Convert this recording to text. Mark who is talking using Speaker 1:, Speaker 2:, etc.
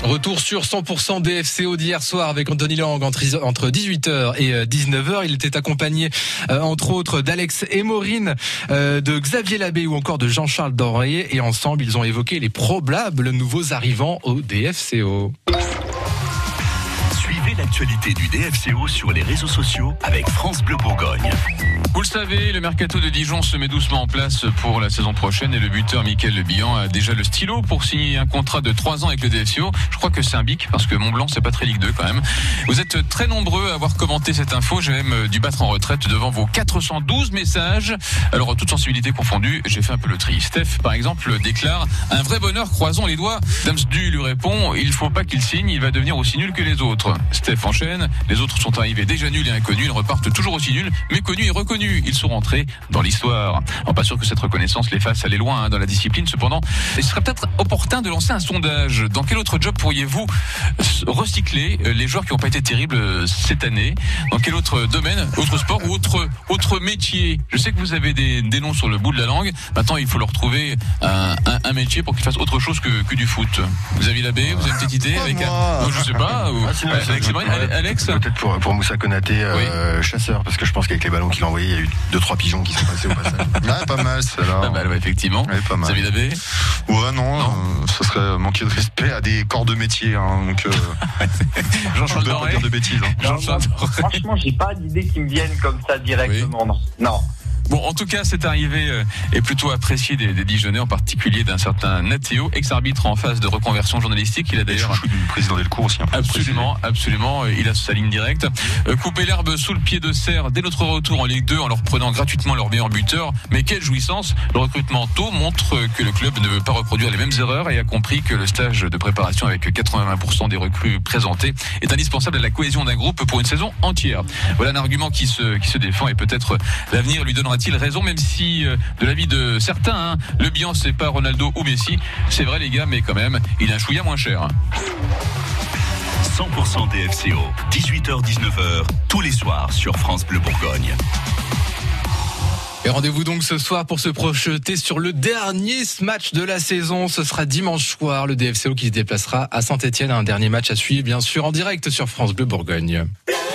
Speaker 1: Retour sur 100% DFCO d'hier soir avec Anthony Lang entre 18h et 19h. Il était accompagné entre autres d'Alex Émorine, de Xavier Labbé ou encore de Jean-Charles Doré. Et ensemble, ils ont évoqué les probables nouveaux arrivants au DFCO.
Speaker 2: Suivez l'actualité du DFCO sur les réseaux sociaux avec France Bleu Bourgogne.
Speaker 3: Vous le savez, le mercato de Dijon se met doucement en place pour la saison prochaine et le buteur Mickaël Le Bihan a déjà le stylo pour signer un contrat de 3 ans avec le DFCO. Je crois que c'est un bic parce que Mont-Blanc c'est pas très Ligue 2 quand même. Vous êtes très nombreux à avoir commenté cette info. J'ai même dû battre en retraite devant vos 412 messages. Alors toute sensibilité confondue, j'ai fait un peu le tri. Steph par exemple déclare un vrai bonheur, croisons les doigts. Damsdu lui répond il faut pas qu'il signe, il va devenir aussi nul que les autres. Steph enchaîne, les autres sont arrivés déjà nuls et inconnus, ils repartent toujours aussi nuls, mais connus et reconnus. Ils sont rentrés dans l'histoire. Alors, pas sûr que cette reconnaissance les fasse aller loin dans la discipline. Cependant, il serait peut-être opportun de lancer un sondage. Dans quel autre job pourriez-vous recycler les joueurs qui n'ont pas été terribles cette année? Dans quel autre domaine, autre sport ou autre métier? Je sais que vous avez des noms sur le bout de la langue. Maintenant, il faut leur trouver un métier pour qu'ils fassent autre chose que du foot. Vous avez Labbé, vous avez une petite idée avec non, je sais pas. Alex,
Speaker 4: peut-être pour Moussa Konaté, oui. Chasseur, parce que je pense qu'avec les ballons qu'il a envoyés, il y a eu 2-3 pigeons qui sont passés au passage.
Speaker 5: Ouais, pas mal celle-là.
Speaker 3: Pas mal, ouais, effectivement.
Speaker 5: Ouais, pas mal.
Speaker 3: Vous avez Labbé?
Speaker 5: Ouais, non. Ce serait manquer de respect à des corps de métier. Donc,
Speaker 3: Jean-Charles
Speaker 5: Doré.
Speaker 3: Doré.
Speaker 5: Pas dire de bêtises.
Speaker 3: Jean-Charles Doré.
Speaker 6: Franchement, j'ai pas d'idées qui me viennent comme ça directement. Oui. Non.
Speaker 3: Bon, en tout cas, cette arrivée est plutôt appréciée des Dijonnais, en particulier d'un certain Nathéo, ex-arbitre en phase de reconversion journalistique. Il a d'ailleurs
Speaker 4: chouchou du président Delcourt aussi.
Speaker 3: Absolument. Il a sa ligne directe. Couper l'herbe sous le pied de Serre dès notre retour en Ligue 2 en leur prenant gratuitement leur meilleur buteur. Mais quelle jouissance! Le recrutement tôt montre que le club ne veut pas reproduire les mêmes erreurs et a compris que le stage de préparation avec 80% des recrues présentées est indispensable à la cohésion d'un groupe pour une saison entière. Voilà un argument qui se défend et peut-être l'avenir lui donnera a-t-il raison, même si de l'avis de certains, Le Bihan c'est pas Ronaldo ou Messi. C'est vrai les gars, mais quand même, il a un chouïa moins cher.
Speaker 2: 100% DFCO, 18h-19h, tous les soirs sur France Bleu Bourgogne.
Speaker 1: Et rendez-vous donc ce soir pour se projeter sur le dernier match de la saison. Ce sera dimanche soir, le DFCO qui se déplacera à Saint-Etienne. Un dernier match à suivre, bien sûr, en direct sur France Bleu Bourgogne.